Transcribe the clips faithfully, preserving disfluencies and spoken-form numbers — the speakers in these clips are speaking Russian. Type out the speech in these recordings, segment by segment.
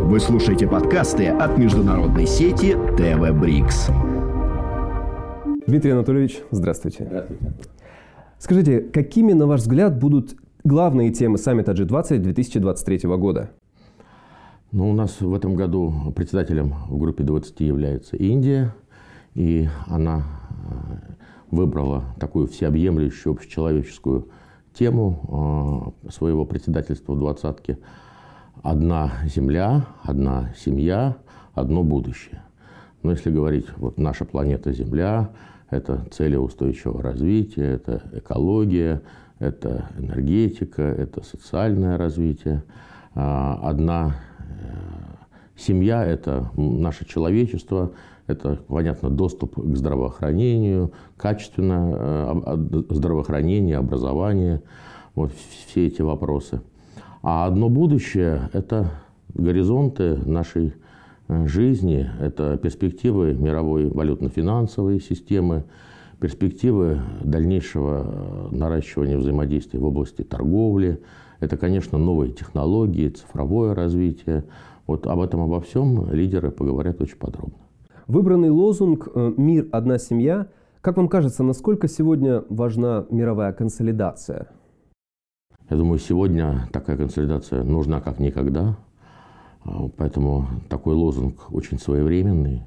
Вы слушаете подкасты от международной сети тэ вэ Брикс. Дмитрий Анатольевич, здравствуйте. Здравствуйте. Скажите, какими, на ваш взгляд, будут главные темы саммита джи двадцать две тысячи двадцать третьего года? Ну, у нас в этом году председателем в группе двадцати является Индия, и она выбрала такую всеобъемлющую общечеловеческую тему своего председательства в двадцатке. Одна земля, одна семья, одно будущее. Но если говорить, вот наша планета Земля, это цели устойчивого развития, это экология, это энергетика, это социальное развитие. Одна семья – это наше человечество, это, понятно, доступ к здравоохранению, качественное здравоохранение, образование, вот все эти вопросы. А одно будущее – это горизонты нашей жизни, это перспективы мировой валютно-финансовой системы, перспективы дальнейшего наращивания взаимодействия в области торговли, это, конечно, новые технологии, цифровое развитие. Вот об этом, обо всем лидеры поговорят очень подробно. Выбранный лозунг «Мир – одна семья». Как вам кажется, насколько сегодня важна мировая консолидация? Я думаю, сегодня такая консолидация нужна как никогда. Поэтому такой лозунг очень своевременный.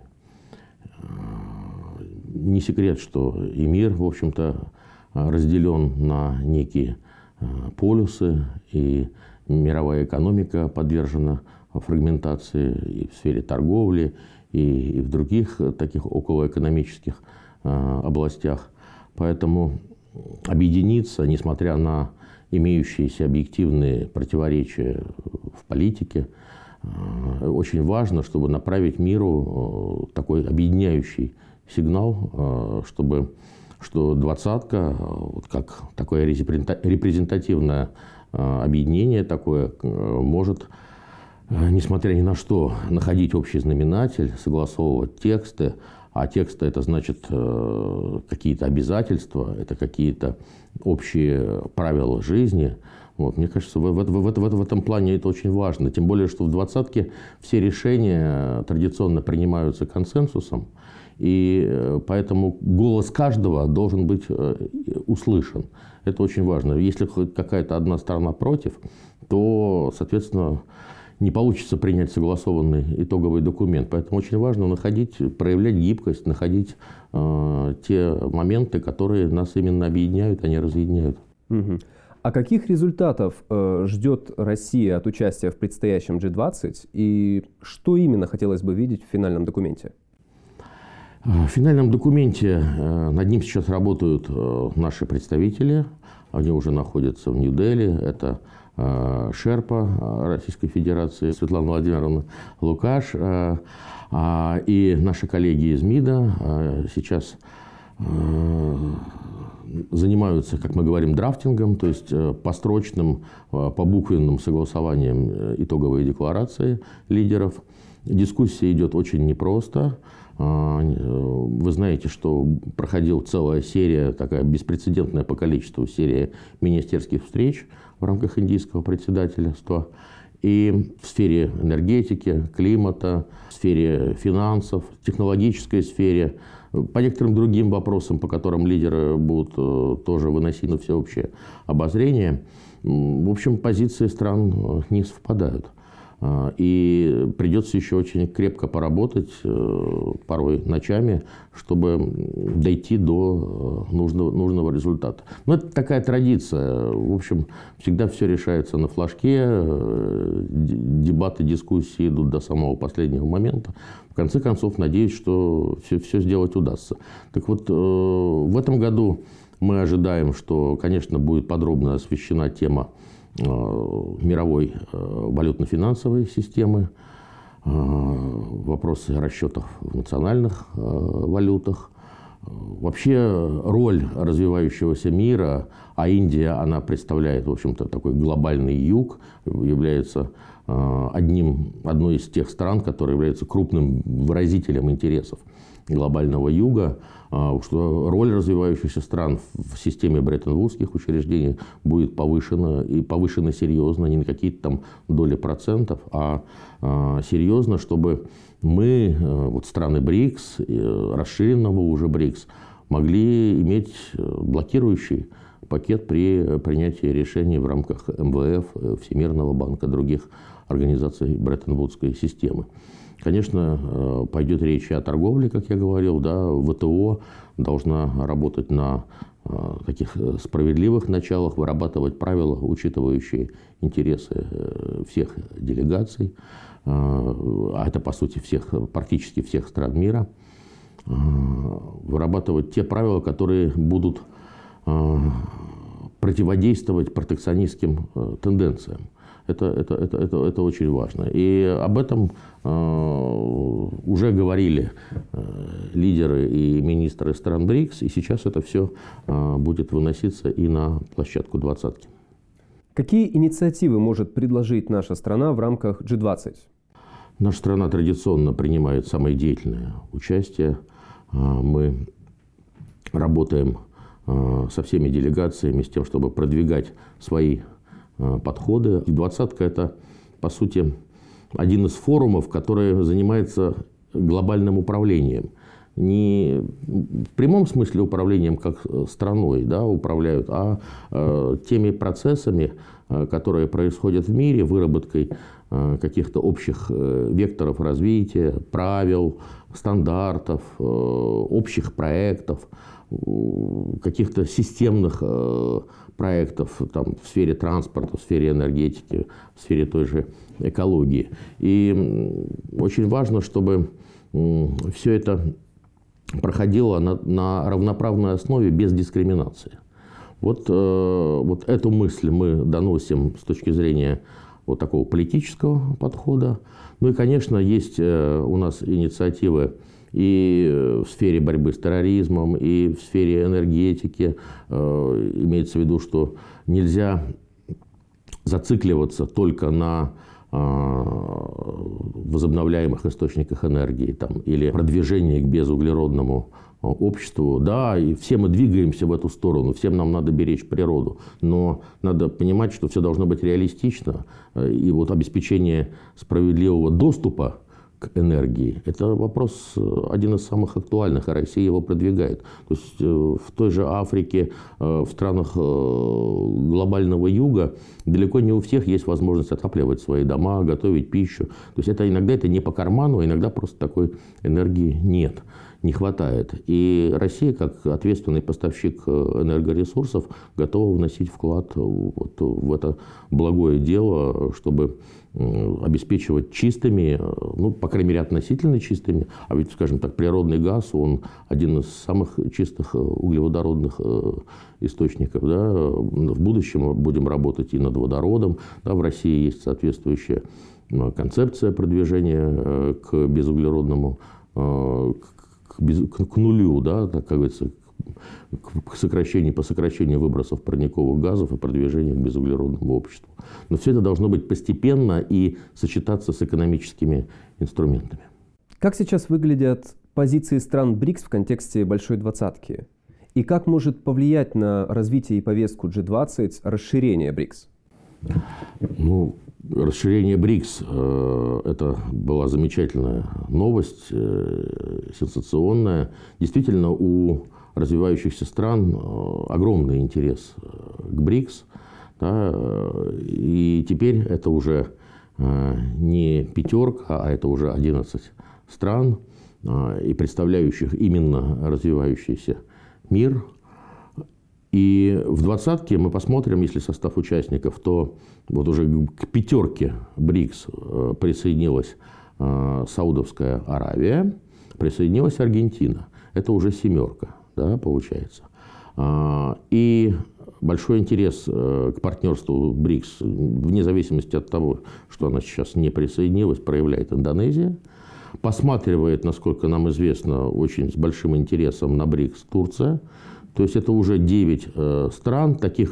Не секрет, что и мир, в общем-то, разделен на некие полюсы, и мировая экономика подвержена фрагментации и в сфере торговли, и в других таких околоэкономических областях. Поэтому объединиться, несмотря на имеющиеся объективные противоречия в политике, очень важно, чтобы направить миру такой объединяющий сигнал, чтобы, что двадцатка, вот как такое репрезентативное объединение такое, может, несмотря ни на что, находить общий знаменатель, согласовывать тексты. А тексты – это значит какие-то обязательства, это какие-то общие правила жизни. Вот, мне кажется, в, в, в, в, в этом плане это очень важно. Тем более, что в двадцатке все решения традиционно принимаются консенсусом. И поэтому голос каждого должен быть услышан. Это очень важно. Если хоть какая-то одна сторона против, то, соответственно, не получится принять согласованный итоговый документ. Поэтому очень важно находить, проявлять гибкость, находить э, те моменты, которые нас именно объединяют, а не разъединяют. Угу. А каких результатов э, ждет Россия от участия в предстоящем джи двадцать? И что именно хотелось бы видеть в финальном документе? В финальном документе э, над ним сейчас работают э, наши представители. Они уже находятся в Нью-Дели. Это Шерпа Российской Федерации Светлана Владимировна Лукаш и наши коллеги из МИДа сейчас занимаются, как мы говорим, драфтингом, то есть построчным, побуквенным согласованием итоговой декларации лидеров. Дискуссия идет очень непросто. Вы знаете, что проходила целая серия, такая беспрецедентная по количеству серия министерских встреч в рамках индийского председательства. И в сфере энергетики, климата, в сфере финансов, технологической сфере, по некоторым другим вопросам, по которым лидеры будут тоже выносить на всеобщее обозрение. В общем, позиции стран не совпадают. И придется еще очень крепко поработать, порой ночами, чтобы дойти до нужного, нужного результата. Но это такая традиция. В общем, всегда все решается на флажке, дебаты, дискуссии идут до самого последнего момента. В конце концов, надеюсь, что все, все сделать удастся. Так вот, в этом году мы ожидаем, что, конечно, будет подробно освещена тема мировой валютно-финансовой системы, вопросы расчетов в национальных валютах. Вообще роль развивающегося мира, а Индия, она представляет, в общем-то, такой глобальный юг, является одним, одной из тех стран, которые являются крупным выразителем интересов глобального юга, что роль развивающихся стран в системе бреттон-вудских учреждений будет повышена, и повышена серьезно, не на какие-то там доли процентов, а серьезно, чтобы мы, вот страны БРИКС, расширенного уже БРИКС, могли иметь блокирующий пакет при принятии решений в рамках эм вэ эф, Всемирного банка, других организаций бреттон-вудской системы. Конечно, пойдет речь и о торговле, как я говорил, да, вэ тэ о должна работать на таких справедливых началах, вырабатывать правила, учитывающие интересы всех делегаций, а это, по сути, всех, практически всех стран мира, вырабатывать те правила, которые будут противодействовать протекционистским тенденциям. Это, это, это, это, это очень важно. И об этом э, уже говорили э, лидеры и министры стран БРИКС, и сейчас это все э, будет выноситься и на площадку двадцатки. Какие инициативы может предложить наша страна в рамках джи двадцать? Наша страна традиционно принимает самое деятельное участие. Э, мы работаем э, со всеми делегациями с тем, чтобы продвигать свои подходы. Двадцатка – это, по сути, один из форумов, который занимается глобальным управлением. Не в прямом смысле управлением как страной, да, управляют, а э, теми процессами, э, которые происходят в мире, выработкой э, каких-то общих э, векторов развития, правил, стандартов, э, общих проектов, э, каких-то системных э, проектов там, в сфере транспорта, в сфере энергетики, в сфере той же экологии. И очень важно, чтобы все это проходило на, на равноправной основе без дискриминации. Вот, э, вот эту мысль мы доносим с точки зрения вот такого политического подхода. Ну и, конечно, есть э, у нас инициативы и в сфере борьбы с терроризмом, и в сфере энергетики. Имеется в виду, что нельзя зацикливаться только на возобновляемых источниках энергии там, или продвижении к безуглеродному обществу. Да, и все мы двигаемся в эту сторону, всем нам надо беречь природу, но надо понимать, что все должно быть реалистично. И вот обеспечение справедливого доступа к энергии – это вопрос один из самых актуальных, а Россия его продвигает. То есть в той же Африке, в странах глобального юга далеко не у всех есть возможность отапливать свои дома, готовить пищу. То есть это иногда это не по карману, а иногда просто такой энергии нет, не хватает. И Россия, как ответственный поставщик энергоресурсов, готова вносить вклад вот в это благое дело, чтобы обеспечивать чистыми, ну, по крайней мере, относительно чистыми, а ведь, скажем так, природный газ, он один из самых чистых углеводородных источников. Да. В будущем мы будем работать и над водородом. Да. В России есть соответствующая концепция продвижения к безуглеродному, к, без, к нулю, да, так как говорится, к сокращению, по сокращению выбросов парниковых газов и продвижению к безуглеродному обществу. Но все это должно быть постепенно и сочетаться с экономическими инструментами. Как сейчас выглядят позиции стран БРИКС в контексте Большой Двадцатки? И как может повлиять на развитие и повестку джи двадцать расширение БРИКС? Ну, расширение БРИКС э, – это была замечательная новость, э, сенсационная. Действительно, у развивающихся стран огромный интерес к БРИКС. Да, и теперь это уже не пятерка, а это уже одиннадцать стран, и представляющих именно развивающийся мир. И в двадцатке мы посмотрим, если состав участников, то вот уже к пятерке БРИКС присоединилась Саудовская Аравия, присоединилась Аргентина. Это уже семерка. Да, получается. И большой интерес к партнерству БРИКС, вне зависимости от того, что она сейчас не присоединилась, проявляет Индонезия. Посматривает, насколько нам известно, очень с большим интересом на БРИКС Турция. То есть это уже девять стран, таких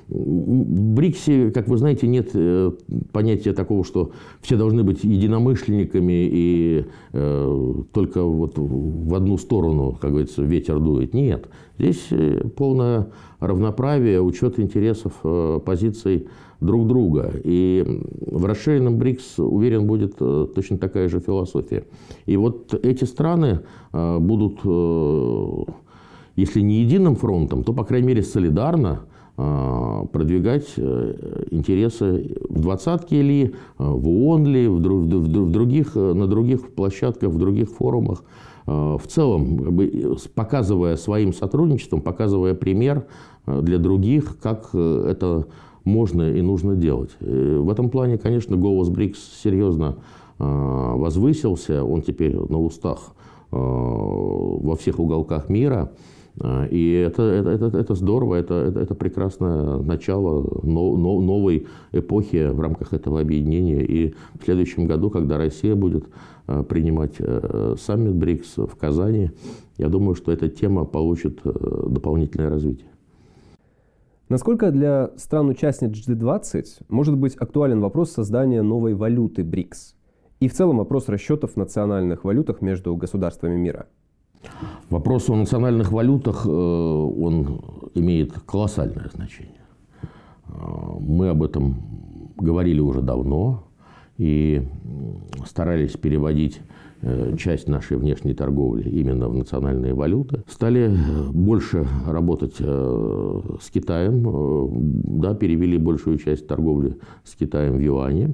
В БРИКСе, как вы знаете, нет понятия такого, что все должны быть единомышленниками и э, только вот в одну сторону, как говорится, ветер дует. Нет. Здесь полное равноправие, учет интересов, э, позиций друг друга. И в расширенном БРИКС, уверен, будет э, точно такая же философия. И вот эти страны э, будут, э, если не единым фронтом, то, по крайней мере, солидарно продвигать интересы в двадцатке ли, в ООН ли, в других, на других площадках, в других форумах. В целом, показывая своим сотрудничеством, показывая пример для других, как это можно и нужно делать. В этом плане, конечно, голос БРИКС серьезно возвысился. Он теперь на устах во всех уголках мира. И это, это, это, это здорово, это, это, это прекрасное начало новой эпохи в рамках этого объединения. И в следующем году, когда Россия будет принимать саммит БРИКС в Казани, я думаю, что эта тема получит дополнительное развитие. Насколько для стран-участниц джи двадцать может быть актуален вопрос создания новой валюты БРИКС? И в целом вопрос расчетов в национальных валютах между государствами мира? Вопрос о национальных валютах, он имеет колоссальное значение. Мы об этом говорили уже давно и старались переводить часть нашей внешней торговли именно в национальные валюты. Стали больше работать с Китаем, да, перевели большую часть торговли с Китаем в юани.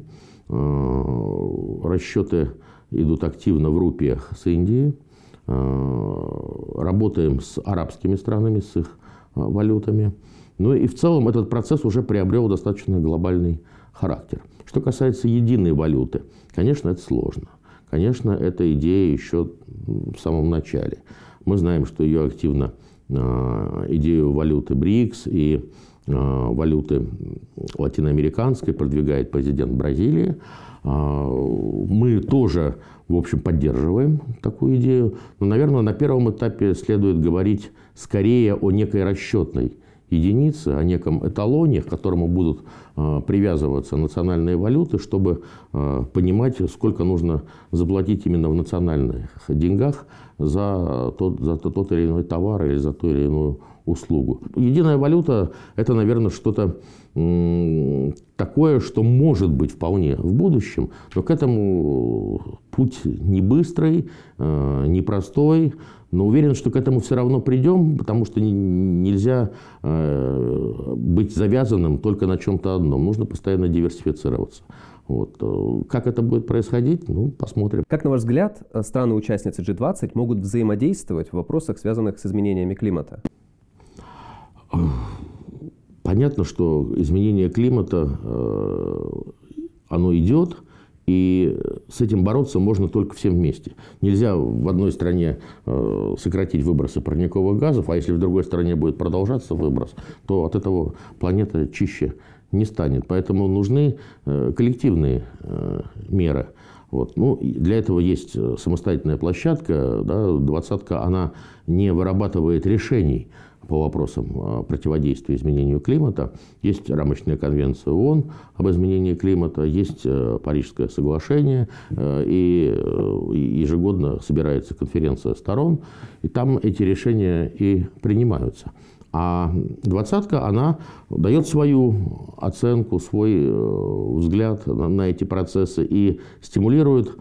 Расчеты идут активно в рупиях с Индией. Работаем с арабскими странами, с их валютами. Ну и в целом этот процесс уже приобрел достаточно глобальный характер. Что касается единой валюты, конечно, это сложно. Конечно, эта идея еще в самом начале. Мы знаем, что ее активно, идею валюты БРИКС и валюты латиноамериканской продвигает президент Бразилии. Мы тоже, в общем, поддерживаем такую идею. Но, наверное, на первом этапе следует говорить скорее о некой расчетной единице, о неком эталоне, к которому будут привязываться национальные валюты, чтобы понимать, сколько нужно заплатить именно в национальных деньгах за тот, за тот или иной товар или за ту или иную услугу. Единая валюта – это, наверное, что-то такое, что может быть вполне в будущем, но к этому путь не быстрый, не простой, но уверен, что к этому все равно придем, потому что нельзя быть завязанным только на чем-то одном, нужно постоянно диверсифицироваться. Вот. Как это будет происходить, ну, посмотрим. Как, на ваш взгляд, страны-участницы джи двадцать могут взаимодействовать в вопросах, связанных с изменениями климата? Понятно, что изменение климата, оно идет, и с этим бороться можно только всем вместе. Нельзя в одной стране сократить выбросы парниковых газов, а если в другой стране будет продолжаться выброс, то от этого планета чище не станет. Поэтому нужны коллективные меры. Вот. Ну, для этого есть самостоятельная площадка. Да, двадцатка, она не вырабатывает решений по вопросам противодействия изменению климата. Есть рамочная конвенция ООН об изменении климата, есть Парижское соглашение, и ежегодно собирается конференция сторон, и там эти решения и принимаются. А двадцатка, она дает свою оценку, свой взгляд на эти процессы и стимулирует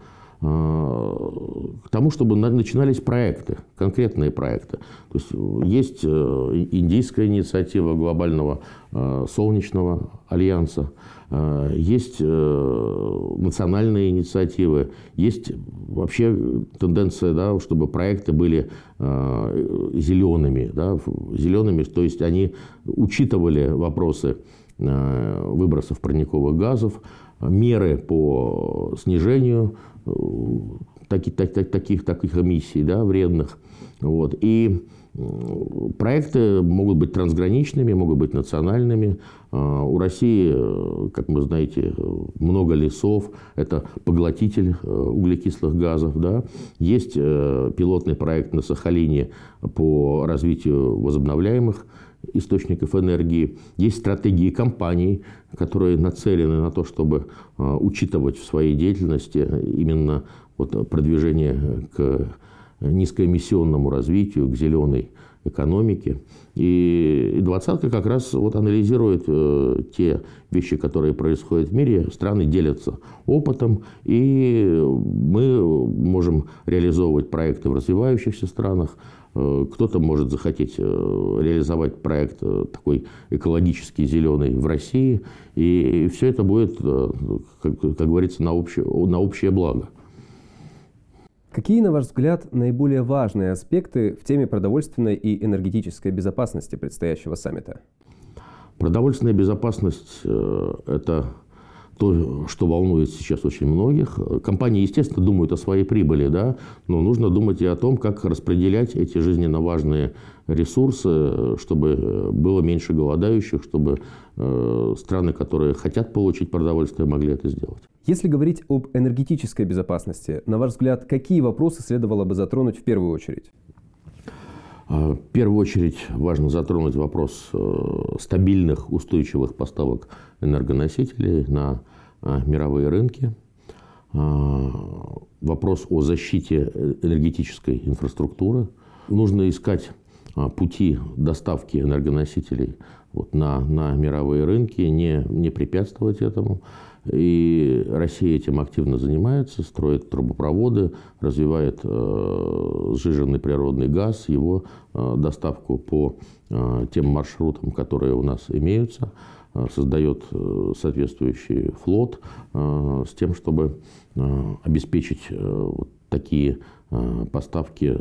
к тому, чтобы начинались проекты, конкретные проекты. То есть есть индийская инициатива глобального солнечного альянса, есть национальные инициативы, есть вообще тенденция, да, чтобы проекты были зелеными, да, зелеными, то есть они учитывали вопросы выбросов парниковых газов, меры по снижению таких, таких, таких, таких эмиссий, да, вредных. Вот. И проекты могут быть трансграничными, могут быть национальными. У России, как вы знаете, много лесов, это поглотитель углекислых газов. Да. Есть пилотный проект на Сахалине по развитию возобновляемых источников энергии. Есть стратегии компаний, которые нацелены на то, чтобы учитывать в своей деятельности именно вот продвижение к низкоэмиссионному развитию, к зеленой экономике. И двадцатка как раз вот анализирует э, те вещи, которые происходят в мире. Страны делятся опытом, и мы можем реализовывать проекты в развивающихся странах. Э, кто-то может захотеть э, реализовать проект э, такой экологически зеленый в России. И, и все это будет, э, как, как говорится, на общее, на общее благо. Какие, на ваш взгляд, наиболее важные аспекты в теме продовольственной и энергетической безопасности предстоящего саммита? Продовольственная безопасность э, – это то, что волнует сейчас очень многих. Компании, естественно, думают о своей прибыли, да, но нужно думать и о том, как распределять эти жизненно важные ресурсы, чтобы было меньше голодающих, чтобы э, страны, которые хотят получить продовольствие, могли это сделать. Если говорить об энергетической безопасности, на ваш взгляд, какие вопросы следовало бы затронуть в первую очередь? В первую очередь важно затронуть вопрос стабильных, устойчивых поставок энергоносителей на мировые рынки. Вопрос о защите энергетической инфраструктуры. Нужно искать пути доставки энергоносителей вот на, на мировые рынки, не, не препятствовать этому. И Россия этим активно занимается, строит трубопроводы, развивает э, сжиженный природный газ, его э, доставку по э, тем маршрутам, которые у нас имеются, э, создает э, соответствующий флот э, с тем, чтобы э, обеспечить э, вот такие э, поставки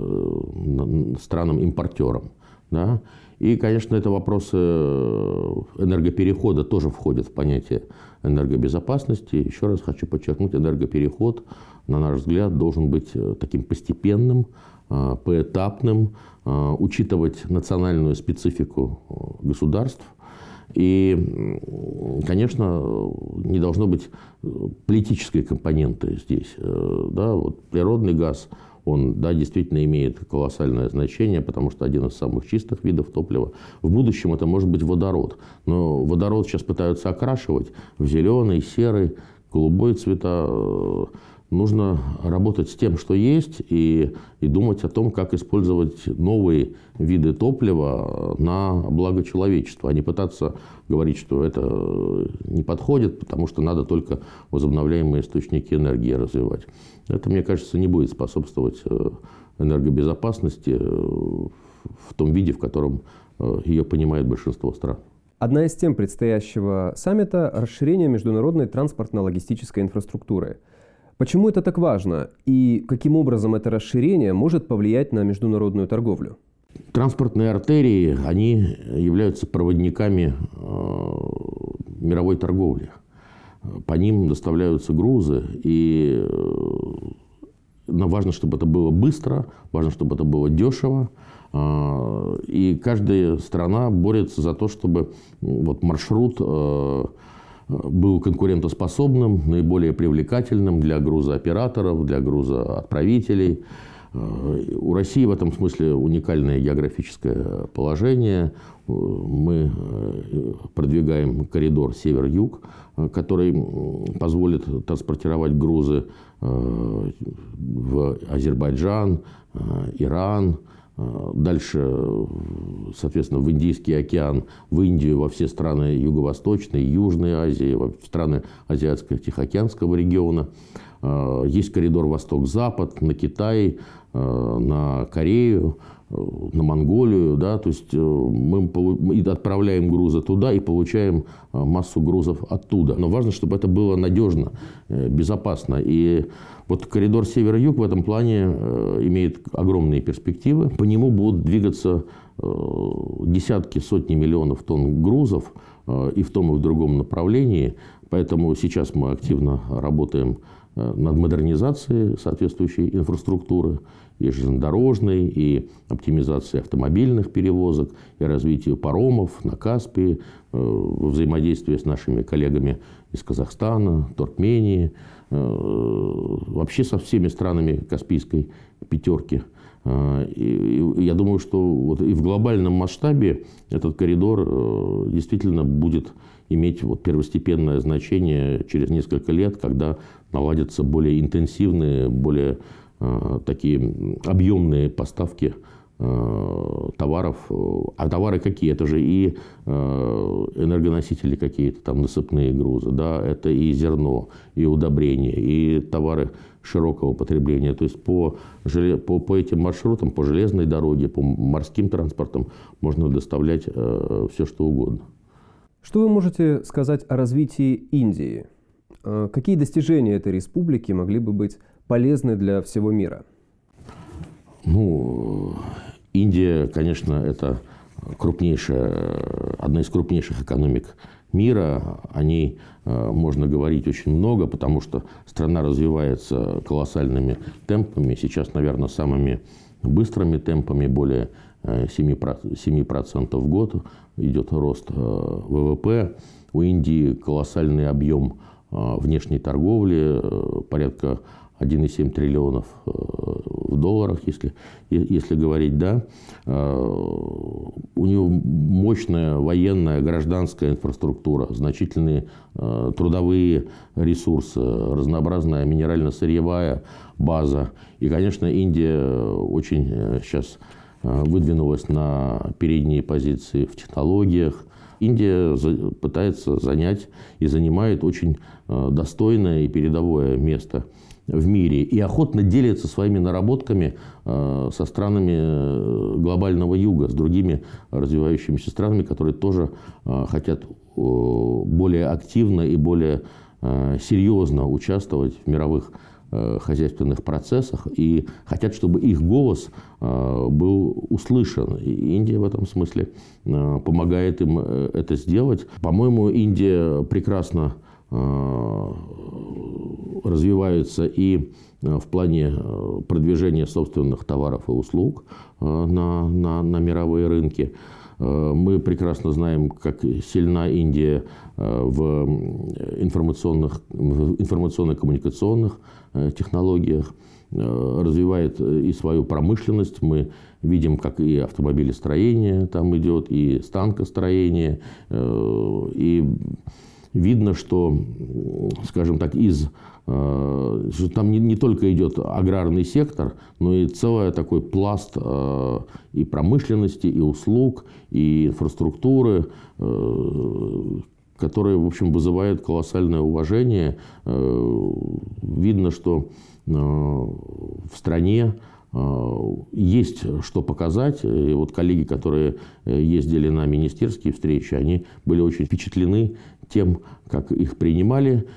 э, странам-импортерам. Да? И, конечно, это вопросы энергоперехода тоже входят в понятие энергобезопасности. Еще раз хочу подчеркнуть, энергопереход, на наш взгляд, должен быть таким постепенным, поэтапным, учитывать национальную специфику государств. И, конечно, не должно быть политической компоненты здесь. Да, вот природный газ, он, да, действительно имеет колоссальное значение, потому что один из самых чистых видов топлива. В будущем это может быть водород. Но водород сейчас пытаются окрашивать в зеленый, серый, голубой цвета. Нужно работать с тем, что есть, и, и думать о том, как использовать новые виды топлива на благо человечества, а не пытаться говорить, что это не подходит, потому что надо только возобновляемые источники энергии развивать. Это, мне кажется, не будет способствовать энергобезопасности в том виде, в котором ее понимает большинство стран. Одна из тем предстоящего саммита – расширение международной транспортно-логистической инфраструктуры. Почему это так важно и каким образом это расширение может повлиять на международную торговлю? Транспортные артерии, они являются проводниками э, мировой торговли. По ним доставляются грузы, и э, важно, чтобы это было быстро, важно, чтобы это было дешево. Э, и каждая страна борется за то, чтобы вот, маршрут э, был конкурентоспособным, наиболее привлекательным для грузооператоров, для грузоотправителей. У России в этом смысле уникальное географическое положение. Мы продвигаем коридор север-юг, который позволит транспортировать грузы в Азербайджан, Иран, дальше, соответственно, в Индийский океан, в Индию, во все страны Юго-Восточной, Южной Азии, в страны Азиатско-Тихоокеанского региона. Есть коридор Восток-Запад, на Китай, на Корею, на Монголию. Да? То есть мы отправляем грузы туда и получаем массу грузов оттуда. Но важно, чтобы это было надежно, безопасно. И вот коридор север-юг в этом плане имеет огромные перспективы. По нему будут двигаться десятки, сотни миллионов тонн грузов и в том, и в другом направлении. Поэтому сейчас мы активно работаем над модернизацией соответствующей инфраструктуры, и железнодорожной, и оптимизацией автомобильных перевозок, и развитию паромов на Каспии, во взаимодействии с нашими коллегами из Казахстана, Туркмении, вообще со всеми странами Каспийской пятерки. И я думаю, что вот и в глобальном масштабе этот коридор действительно будет иметь вот первостепенное значение через несколько лет, когда наладятся более интенсивные, более такие объемные поставки товаров. А товары какие? Это же и энергоносители какие-то, там насыпные грузы, да, это и зерно, и удобрения, и товары широкого потребления. То есть по, по, по этим маршрутам, по железной дороге, по морским транспортам можно доставлять э, все, что угодно. Что вы можете сказать о развитии Индии? Какие достижения этой республики могли бы быть полезны для всего мира? Ну, Индия, конечно, это крупнейшая, одна из крупнейших экономик мира. О ней э, можно говорить очень много, потому что страна развивается колоссальными темпами. Сейчас, наверное, самыми быстрыми темпами, более семь процентов в год идет рост э, ВВП. У Индии колоссальный объем э, внешней торговли, э, порядка один и семь триллионов в долларах, если, если говорить, да. У него мощная военная, гражданская инфраструктура, значительные трудовые ресурсы, разнообразная минерально-сырьевая база. И, конечно, Индия очень сейчас выдвинулась на передние позиции в технологиях. Индия пытается занять и занимает очень достойное и передовое место в мире и охотно делится своими наработками со странами глобального юга, с другими развивающимися странами, которые тоже хотят более активно и более серьезно участвовать в мировых хозяйственных процессах и хотят, чтобы их голос был услышан. И Индия в этом смысле помогает им это сделать. По-моему, Индия прекрасно развивается и в плане продвижения собственных товаров и услуг на, на, на мировые рынки. Мы прекрасно знаем, как сильна Индия в информационных, в информационно-коммуникационных технологиях, развивает и свою промышленность. Мы видим, как и автомобилестроение там идет, и станкостроение, и видно, что, скажем так, из, что там не, не только идет аграрный сектор, но и целый такой пласт и промышленности, и услуг, и инфраструктуры, которые, в общем, вызывают колоссальное уважение. Видно, что в стране есть что показать. И вот коллеги, которые ездили на министерские встречи, они были очень впечатлены тем, как их принимали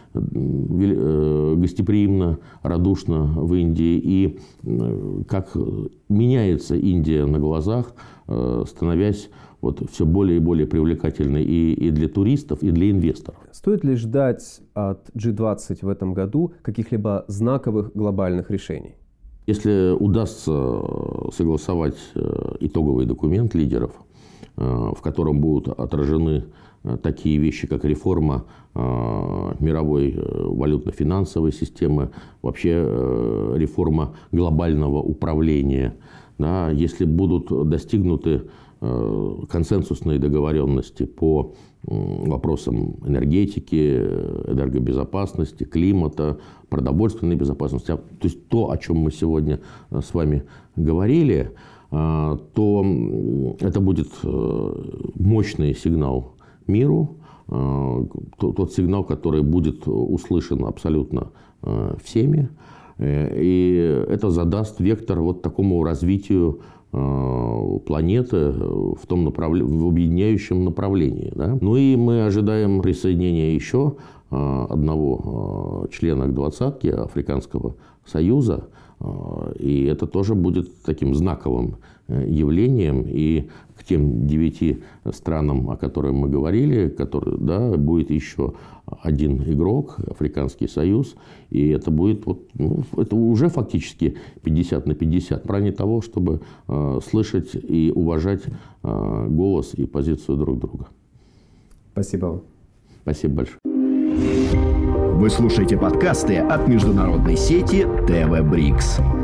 гостеприимно, радушно в Индии, и как меняется Индия на глазах, становясь вот все более и более привлекательной и, и для туристов, и для инвесторов. Стоит ли ждать от джи двадцать в этом году каких-либо знаковых глобальных решений? Если удастся согласовать итоговый документ лидеров, в котором будут отражены такие вещи, как реформа мировой валютно-финансовой системы, вообще реформа глобального управления, да, если будут достигнуты консенсусные договоренности по вопросам энергетики, энергобезопасности, климата, продовольственной безопасности, то есть то, о чем мы сегодня с вами говорили, то это будет мощный сигнал миру, тот сигнал, который будет услышан абсолютно всеми, и это задаст вектор вот такому развитию планеты в том направлении, в объединяющем направлении. Да? Ну и мы ожидаем присоединения еще одного члена к двадцатке, Африканского союза, и это тоже будет таким знаковым явлением, и к тем девяти странам, о которых мы говорили, которые, да, будет еще один игрок, Африканский союз, и это будет вот, ну, это уже фактически пятьдесят на пятьдесят, в плане того, чтобы э, слышать и уважать э, голос и позицию друг друга. Спасибо вам. Спасибо большое. Вы слушаете подкасты от международной сети ТВ Брикс.